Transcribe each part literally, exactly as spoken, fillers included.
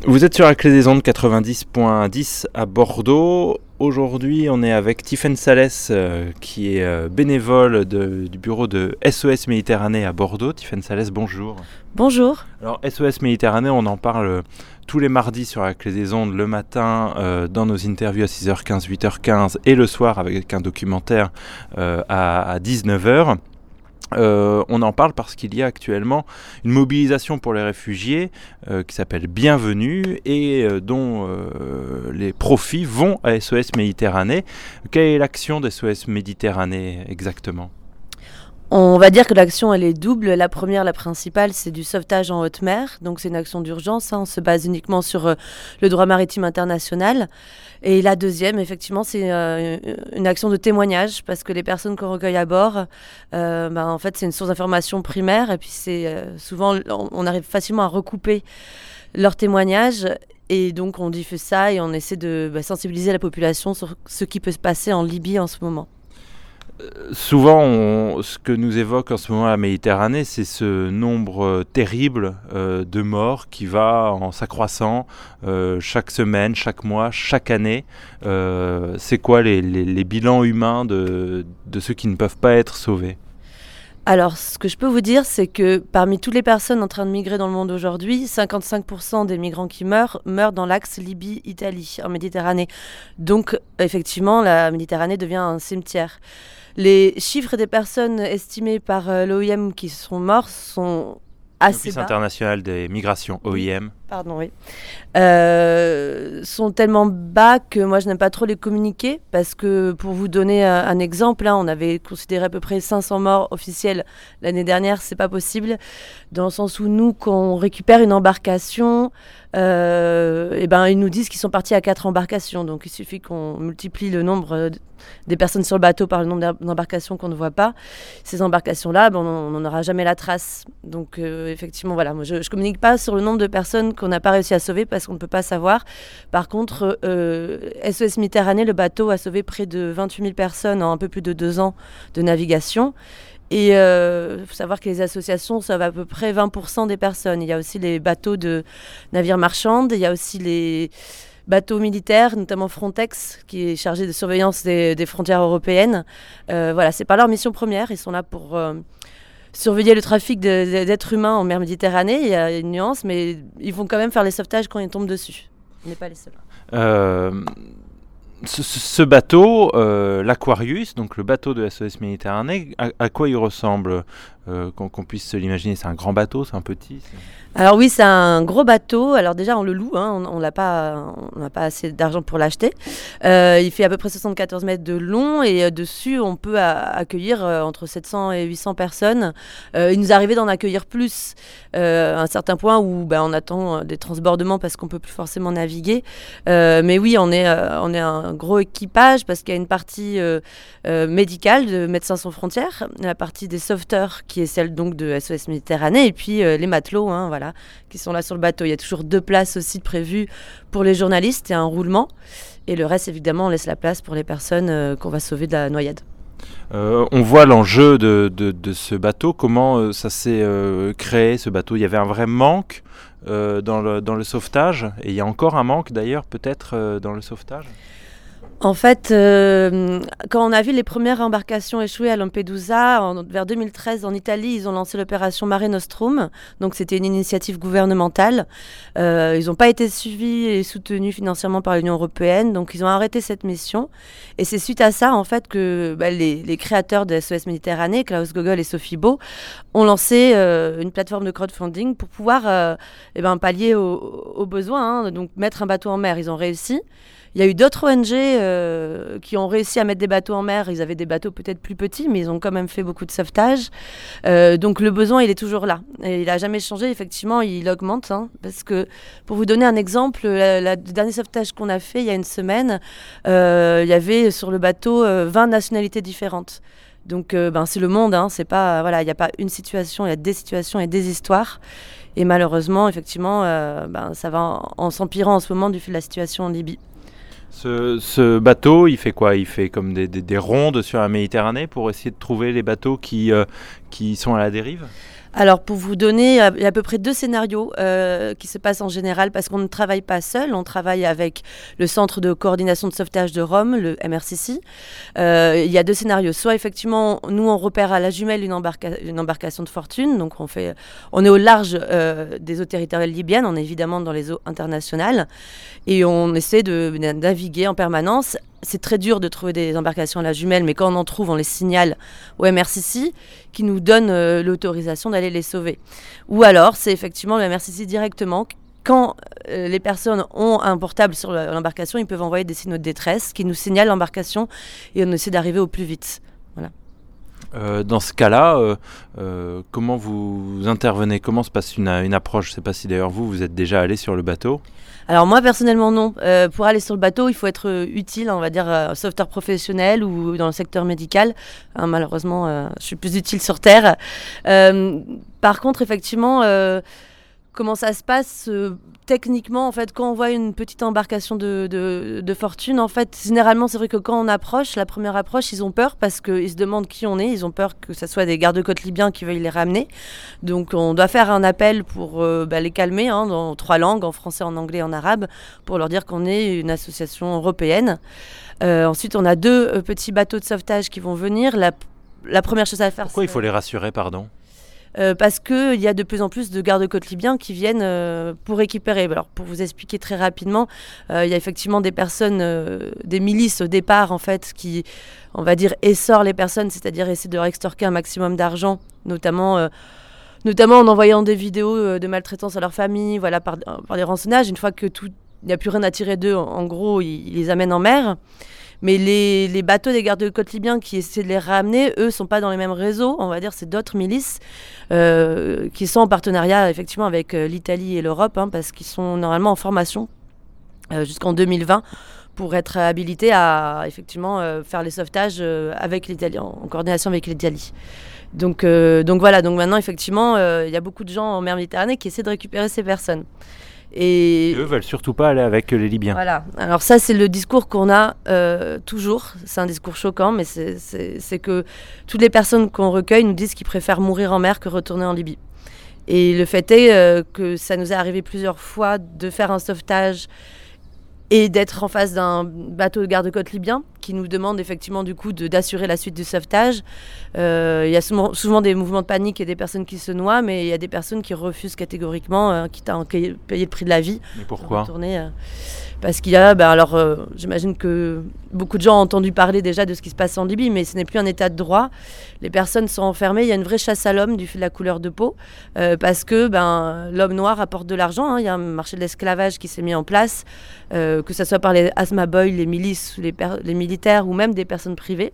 Vous êtes sur la Clé des Ondes quatre-vingt-dix point dix à Bordeaux. Aujourd'hui, on est avec Tiffaine Salès, euh, qui est euh, bénévole de, du bureau de S O S Méditerranée à Bordeaux. Tiffaine Salès, bonjour. Bonjour. Alors, S O S Méditerranée, on en parle euh, tous les mardis sur la Clé des Ondes, le matin, euh, dans nos interviews à six heures quinze, huit heures quinze, et le soir avec un documentaire euh, à, à dix-neuf heures. Euh, on en parle parce qu'il y a actuellement une mobilisation pour les réfugiés euh, qui s'appelle Bienvenue et euh, dont euh, les profits vont à S O S Méditerranée. Quelle est l'action d'S O S Méditerranée exactement ? On va dire que l'action, elle est double. La première, la principale, c'est du sauvetage en haute mer. Donc, c'est une action d'urgence. Hein. On se base uniquement sur euh, le droit maritime international. Et la deuxième, effectivement, c'est euh, une action de témoignage parce que les personnes qu'on recueille à bord, euh, ben, en fait, c'est une source d'information primaire. Et puis, c'est euh, souvent, on, on arrive facilement à recouper leurs témoignages. Et donc, on diffuse ça et on essaie de bah, sensibiliser la population sur ce qui peut se passer en Libye en ce moment. Souvent, on, ce que nous évoque en ce moment la Méditerranée, c'est ce nombre euh, terrible euh, de morts qui va en s'accroissant euh, chaque semaine, chaque mois, chaque année. Euh, c'est quoi les, les, les bilans humains de, de ceux qui ne peuvent pas être sauvés ? Alors, ce que je peux vous dire, c'est que parmi toutes les personnes en train de migrer dans le monde aujourd'hui, cinquante-cinq pour cent des migrants qui meurent, meurent dans l'axe Libye-Italie, en Méditerranée. Donc, effectivement, la Méditerranée devient un cimetière. Les chiffres des personnes estimées par euh, l'O I M qui sont mortes sont assez L'Office bas. international des migrations, O I M. Pardon, oui. Euh, sont tellement bas que moi, je n'aime pas trop les communiquer parce que, pour vous donner un, un exemple, hein, on avait considéré à peu près cinq cents morts officiels l'année dernière. C'est pas possible dans le sens où nous, quand on récupère une embarcation, euh, et ben, ils nous disent qu'ils sont partis à quatre embarcations. Donc, il suffit qu'on multiplie le nombre des personnes sur le bateau par le nombre d'embarcations qu'on ne voit pas. Ces embarcations-là, ben, on n'en aura jamais la trace. Donc, euh, effectivement, voilà, moi, je ne communique pas sur le nombre de personnes qu'on n'a pas réussi à sauver parce qu'on ne peut pas savoir. Par contre, euh, S O S Méditerranée, le bateau a sauvé près de vingt-huit mille personnes en un peu plus de deux ans de navigation. Et il euh, faut savoir que les associations sauvent à peu près vingt pour cent des personnes. Il y a aussi les bateaux de navires marchands, il y a aussi les bateaux militaires, notamment Frontex, qui est chargé de surveillance des, des frontières européennes. Euh, voilà, c'est pas leur mission première, ils sont là pour euh, surveiller le trafic de, de, d'êtres humains en mer Méditerranée. Il y a une nuance, mais ils vont quand même faire les sauvetages quand ils tombent dessus. On n'est pas les seuls. Euh... Ce, ce bateau, euh, l'Aquarius, donc le bateau de S O S Méditerranée, à, à quoi il ressemble euh, qu'on, qu'on puisse se l'imaginer? C'est un grand bateau, c'est un petit c'est... Alors oui, c'est un gros bateau. Alors déjà, on le loue, hein. on n'a pas, on pas assez d'argent pour l'acheter. Euh, il fait à peu près soixante-quatorze mètres de long et euh, dessus, on peut a, accueillir euh, entre sept cents et huit cents personnes. Euh, il nous arrivait d'en accueillir plus euh, à un certain point où ben, on attend des transbordements parce qu'on ne peut plus forcément naviguer. Euh, mais oui, on est, euh, on est un gros équipage parce qu'il y a une partie euh, euh, médicale de Médecins Sans Frontières, la partie des sauveteurs qui est celle donc de S O S Méditerranée et puis euh, les matelots, hein, voilà, qui sont là sur le bateau. Il y a toujours deux places aussi prévues pour les journalistes et un roulement. Et le reste, évidemment, on laisse la place pour les personnes euh, qu'on va sauver de la noyade. Euh, on voit l'enjeu de, de, de ce bateau, comment euh, ça s'est euh, créé, ce bateau. Il y avait un vrai manque euh, dans, le, dans le sauvetage, et il y a encore un manque d'ailleurs peut-être euh, dans le sauvetage. En fait, euh, quand on a vu les premières embarcations échouer à Lampedusa, en, vers deux mille treize en Italie, ils ont lancé l'opération Mare Nostrum. Donc c'était une initiative gouvernementale. Euh, ils n'ont pas été suivis et soutenus financièrement par l'Union européenne, donc ils ont arrêté cette mission. Et c'est suite à ça, en fait, que bah, les, les créateurs de S O S Méditerranée, Klaus Gogol et Sophie Beau, ont lancé euh, une plateforme de crowdfunding pour pouvoir euh, eh ben, pallier aux, aux besoins, hein, donc mettre un bateau en mer. Ils ont réussi. Il y a eu d'autres O N G euh, qui ont réussi à mettre des bateaux en mer. Ils avaient des bateaux peut-être plus petits, mais ils ont quand même fait beaucoup de sauvetage. Euh, donc le besoin, il est toujours là. Et il n'a jamais changé. Effectivement, il augmente. Hein, parce que, pour vous donner un exemple, la, la, le dernier sauvetage qu'on a fait il y a une semaine, euh, il y avait sur le bateau euh, vingt nationalités différentes. Donc euh, ben, c'est le monde. Hein, c'est pas, voilà, il n'y a pas une situation, il y a des situations et des histoires. Et malheureusement, effectivement, euh, ben, ça va en, en s'empirant en ce moment du fait de la situation en Libye. Ce, ce bateau, il fait quoi? Il fait comme des, des, des rondes sur la Méditerranée pour essayer de trouver les bateaux qui, euh, qui sont à la dérive? Alors, pour vous donner, il y a à peu près deux scénarios euh, qui se passent en général parce qu'on ne travaille pas seul, on travaille avec le Centre de coordination de sauvetage de Rome, le M R C C. Euh, il y a deux scénarios. Soit, effectivement, nous, on repère à la jumelle une, embarca- une embarcation de fortune. Donc, on, fait, on est au large euh, des eaux territoriales libyennes. On est évidemment dans les eaux internationales. Et on essaie de, de naviguer en permanence. C'est très dur de trouver des embarcations à la jumelle, mais quand on en trouve, on les signale au M R C C qui nous donne euh, l'autorisation d'aller les sauver. Ou alors, c'est effectivement le M R C C directement. Quand euh, les personnes ont un portable sur l'embarcation, ils peuvent envoyer des signaux de détresse qui nous signalent l'embarcation et on essaie d'arriver au plus vite. Voilà. Euh, dans ce cas-là, euh, euh, comment vous intervenez? Comment se passe une, une approche? Je ne sais pas si d'ailleurs vous, vous êtes déjà allé sur le bateau. Alors moi personnellement non. Euh, pour aller sur le bateau, il faut être euh, utile, on va dire euh, sauveteur professionnel ou dans le secteur médical. Hein, malheureusement, euh, je suis plus utile sur terre. Euh, par contre, effectivement, euh, comment ça se passe euh, techniquement en fait quand on voit une petite embarcation de, de, de fortune, en fait, généralement c'est vrai que quand on approche, la première approche, ils ont peur parce qu'ils se demandent qui on est. Ils ont peur que ce soit des gardes-côtes libyens qui veuillent les ramener. Donc on doit faire un appel pour euh, bah, les calmer hein, dans trois langues, en français, en anglais, en arabe, pour leur dire qu'on est une association européenne. Euh, ensuite, on a deux euh, petits bateaux de sauvetage qui vont venir. La, la première chose à faire, Pourquoi c'est... il faut les rassurer, pardon? Euh, parce qu'il y a de plus en plus de gardes-côtes libyens qui viennent euh, pour récupérer. Alors, pour vous expliquer très rapidement, euh, il y a effectivement des personnes, euh, des milices au départ, en fait, qui, on va dire, essorent les personnes, c'est-à-dire essaient de leur extorquer un maximum d'argent, notamment, euh, notamment en envoyant des vidéos euh, de maltraitance à leur famille, voilà, par, par des rançonnages. Une fois que tout, il n'y a plus rien à tirer d'eux, en, en gros, ils, ils les amènent en mer. Mais les, les bateaux des gardes-côtes libyens qui essaient de les ramener, eux, ne sont pas dans les mêmes réseaux. On va dire c'est d'autres milices euh, qui sont en partenariat effectivement avec euh, l'Italie et l'Europe, hein, parce qu'ils sont normalement en formation euh, jusqu'en deux mille vingt pour être habilités à effectivement euh, faire les sauvetages euh, avec l'Italie, en, en coordination avec l'Italie. Donc, euh, donc voilà, donc maintenant effectivement, il euh, y a beaucoup de gens en mer Méditerranée qui essaient de récupérer ces personnes. Et eux veulent surtout pas aller avec les Libyens. Voilà. Alors ça, c'est le discours qu'on a euh, toujours. C'est un discours choquant, mais c'est, c'est, c'est que toutes les personnes qu'on recueille nous disent qu'ils préfèrent mourir en mer que retourner en Libye. Et le fait est euh, que ça nous est arrivé plusieurs fois de faire un sauvetage et d'être en face d'un bateau de garde-côte libyen qui nous demande effectivement du coup de, d'assurer la suite du sauvetage. Euh, il y a souvent, souvent des mouvements de panique et des personnes qui se noient, mais il y a des personnes qui refusent catégoriquement, euh, quitte à payer le prix de la vie. Mais pourquoi? Retourner, euh, parce qu'il y a, ben alors, euh, j'imagine que beaucoup de gens ont entendu parler déjà de ce qui se passe en Libye, mais ce n'est plus un état de droit. Les personnes sont enfermées, il y a une vraie chasse à l'homme du fait de la couleur de peau, euh, parce que ben, l'homme noir apporte de l'argent, hein. Il y a un marché de l'esclavage qui s'est mis en place, euh, que ce soit par les Asma Boys, les milices, les, per- les militaires ou même des personnes privées.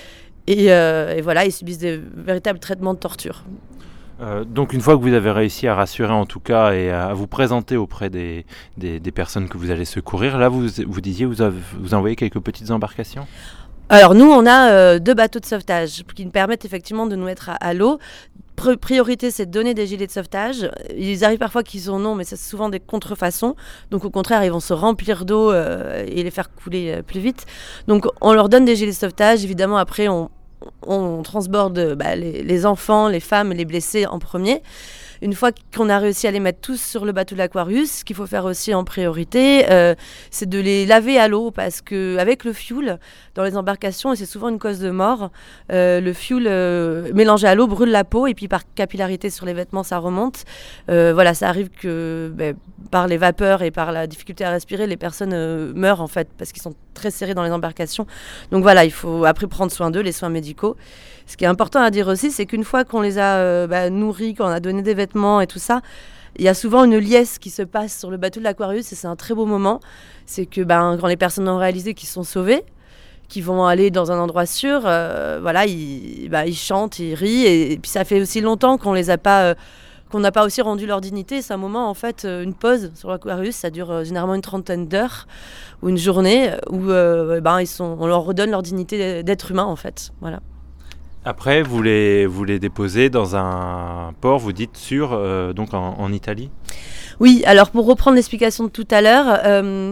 Et, euh, et voilà, ils subissent des véritables traitements de torture. Euh, donc une fois que vous avez réussi à rassurer en tout cas et à vous présenter auprès des, des, des personnes que vous allez secourir, là vous, vous disiez vous, avez, vous envoyez quelques petites embarcations? Alors nous on a euh, deux bateaux de sauvetage qui nous permettent effectivement de nous mettre à, à l'eau. Pr- priorité c'est de donner des gilets de sauvetage. Ils arrivent parfois qu'ils ont non, mais c'est souvent des contrefaçons. Donc au contraire ils vont se remplir d'eau euh, et les faire couler euh, plus vite. Donc on leur donne des gilets de sauvetage. Évidemment après on on transborde bah, les, les enfants, les femmes, les blessés en premier. Une fois qu'on a réussi à les mettre tous sur le bateau de l'Aquarius, ce qu'il faut faire aussi en priorité, euh, c'est de les laver à l'eau parce qu'avec le fioul dans les embarcations, et c'est souvent une cause de mort, euh, le fioul euh, mélangé à l'eau brûle la peau et puis par capillarité sur les vêtements, ça remonte. Euh, voilà, ça arrive que bah, par les vapeurs et par la difficulté à respirer, les personnes euh, meurent en fait parce qu'ils sont très serrés dans les embarcations. Donc voilà, il faut après prendre soin d'eux, les soins médicaux. Ce qui est important à dire aussi, c'est qu'une fois qu'on les a euh, bah, nourris, qu'on a donné des vêtements et tout ça, il y a souvent une liesse qui se passe sur le bateau de l'Aquarius et c'est un très beau moment. C'est que bah, quand les personnes ont réalisé qu'ils sont sauvés, qu'ils vont aller dans un endroit sûr, euh, voilà, ils, bah, ils chantent, ils rient et, et puis ça fait aussi longtemps qu'on les a pas, euh, qu'on n'a pas aussi rendu leur dignité. C'est un moment en fait, euh, une pause sur l'Aquarius, ça dure euh, généralement une trentaine d'heures ou une journée où euh, bah, ils sont, on leur redonne leur dignité d'être humain en fait, voilà. Après, vous les, vous les déposez dans un port, vous dites sûr, euh, donc en, en Italie? Oui, alors pour reprendre l'explication de tout à l'heure, euh,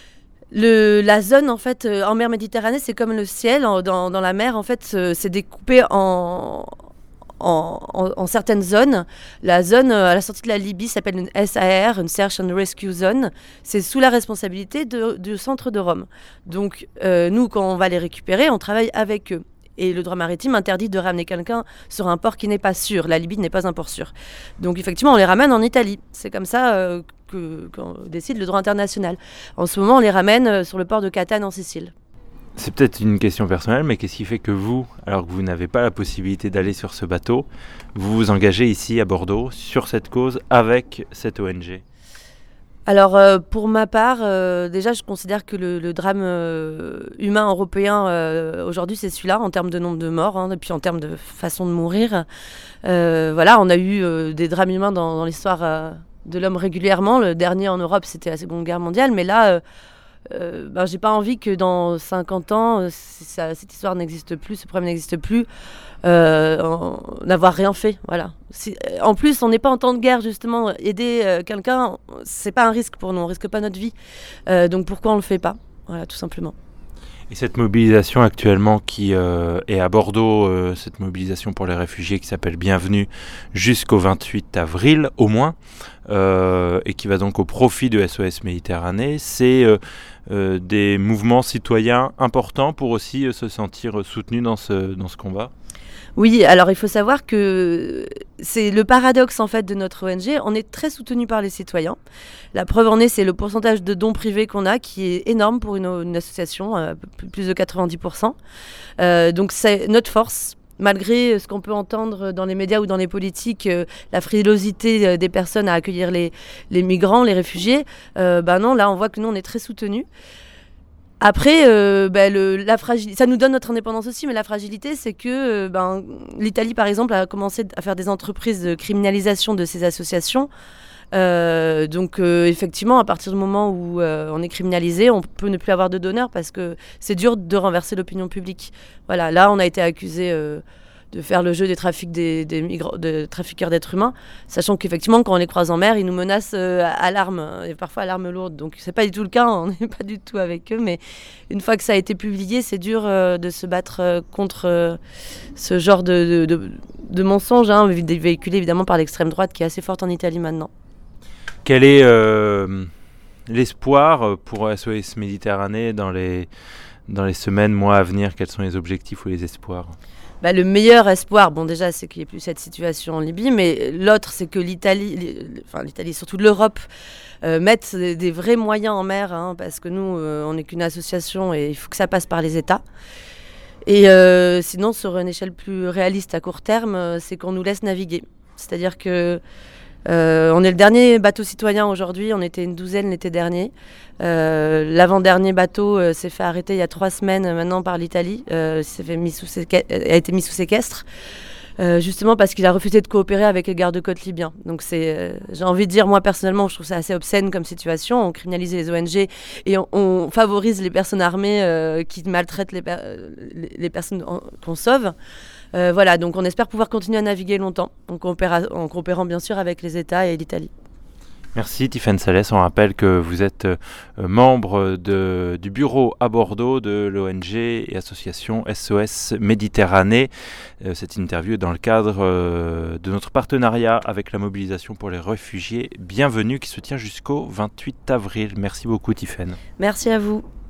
le, la zone en fait euh, en mer Méditerranée, c'est comme le ciel en, dans, dans la mer. En fait, euh, c'est découpé en, en, en, en certaines zones. La zone à la sortie de la Libye s'appelle une S A R, une Search and Rescue Zone. C'est sous la responsabilité de, du centre de Rome. Donc euh, nous, quand on va les récupérer, on travaille avec eux. Et le droit maritime interdit de ramener quelqu'un sur un port qui n'est pas sûr. La Libye n'est pas un port sûr. Donc effectivement, on les ramène en Italie. C'est comme ça euh, que, qu'on décide le droit international. En ce moment, on les ramène euh, sur le port de Catane en Sicile. C'est peut-être une question personnelle, mais qu'est-ce qui fait que vous, alors que vous n'avez pas la possibilité d'aller sur ce bateau, vous vous engagez ici à Bordeaux sur cette cause avec cette O N G ? Alors euh, pour ma part, euh, déjà je considère que le, le drame euh, humain européen euh, aujourd'hui c'est celui-là en termes de nombre de morts, hein, et puis en termes de façon de mourir. Euh, voilà, on a eu euh, des drames humains dans, dans l'histoire euh, de l'homme régulièrement. Le dernier en Europe c'était la Seconde Guerre mondiale, mais là... Euh, Euh, ben, j'ai pas envie que dans cinquante ans, ça, cette histoire n'existe plus, ce problème n'existe plus, euh, en, n'avoir rien fait. Voilà. Si, en plus, on n'est pas en temps de guerre, justement. Aider euh, quelqu'un, c'est pas un risque pour nous, on risque pas notre vie. Euh, donc pourquoi on le fait pas ? Voilà, tout simplement. Et cette mobilisation actuellement qui euh, est à Bordeaux, euh, cette mobilisation pour les réfugiés qui s'appelle Bienvenue jusqu'au vingt-huit avril au moins, euh, et qui va donc au profit de S O S Méditerranée, c'est euh, euh, des mouvements citoyens importants pour aussi euh, se sentir soutenus dans ce, dans ce combat. Oui, alors il faut savoir que c'est le paradoxe en fait de notre O N G. On est très soutenu par les citoyens. La preuve en est, c'est le pourcentage de dons privés qu'on a qui est énorme pour une, une association, euh, plus de quatre-vingt-dix pour cent. Euh, donc c'est notre force. Malgré ce qu'on peut entendre dans les médias ou dans les politiques, euh, la frilosité euh, des personnes à accueillir les, les migrants, les réfugiés, euh, ben non, là on voit que nous on est très soutenus. Après, euh, ben le, la fragilité, ça nous donne notre indépendance aussi, mais la fragilité, c'est que euh, ben, l'Italie, par exemple, a commencé à faire des entreprises de criminalisation de ces associations. Euh, donc, euh, effectivement, à partir du moment où euh, on est criminalisé, on peut ne plus avoir de donneurs parce que c'est dur de renverser l'opinion publique. Voilà, là, on a été accusé euh, de faire le jeu des trafics des, des migrants, de trafiqueurs d'êtres humains, sachant qu'effectivement, quand on les croise en mer, ils nous menacent euh, à l'arme, et parfois à l'arme lourde. Donc, c'est pas du tout le cas, on n'est pas du tout avec eux, mais une fois que ça a été publié, c'est dur euh, de se battre euh, contre euh, ce genre de, de, de, de mensonges, hein, véhiculés évidemment par l'extrême droite qui est assez forte en Italie maintenant. Quel est euh, l'espoir pour S O S Méditerranée dans les, dans les semaines, mois à venir ? Quels sont les objectifs ou les espoirs ? Bah, le meilleur espoir, bon déjà c'est qu'il n'y ait plus cette situation en Libye, mais l'autre c'est que l'Italie, enfin l'Italie, surtout l'Europe, euh, mette des, des vrais moyens en mer, hein, parce que nous euh, on n'est qu'une association et il faut que ça passe par les États. Et euh, sinon sur une échelle plus réaliste à court terme, c'est qu'on nous laisse naviguer. C'est-à-dire que Euh, on est le dernier bateau citoyen aujourd'hui, on était une douzaine l'été dernier. Euh, l'avant-dernier bateau euh, s'est fait arrêter il y a trois semaines euh, maintenant par l'Italie, euh, s'est fait mis sous séque- a été mis sous séquestre, euh, justement parce qu'il a refusé de coopérer avec les gardes-côtes libyens. Donc c'est, euh, j'ai envie de dire, moi personnellement, je trouve ça assez obscène comme situation. On criminalise les O N G et on, on favorise les personnes armées euh, qui maltraitent les, per- les, les personnes en, qu'on sauve. Euh, voilà, donc on espère pouvoir continuer à naviguer longtemps, en, coopéra- en coopérant bien sûr avec les États et l'Italie. Merci Tiffaine Salès, on rappelle que vous êtes euh, membre de, du bureau à Bordeaux de l'O N G et association S O S Méditerranée. Euh, cette interview est dans le cadre euh, de notre partenariat avec la mobilisation pour les réfugiés Bienvenue qui se tient jusqu'au vingt-huit avril. Merci beaucoup Tiffaine. Merci à vous.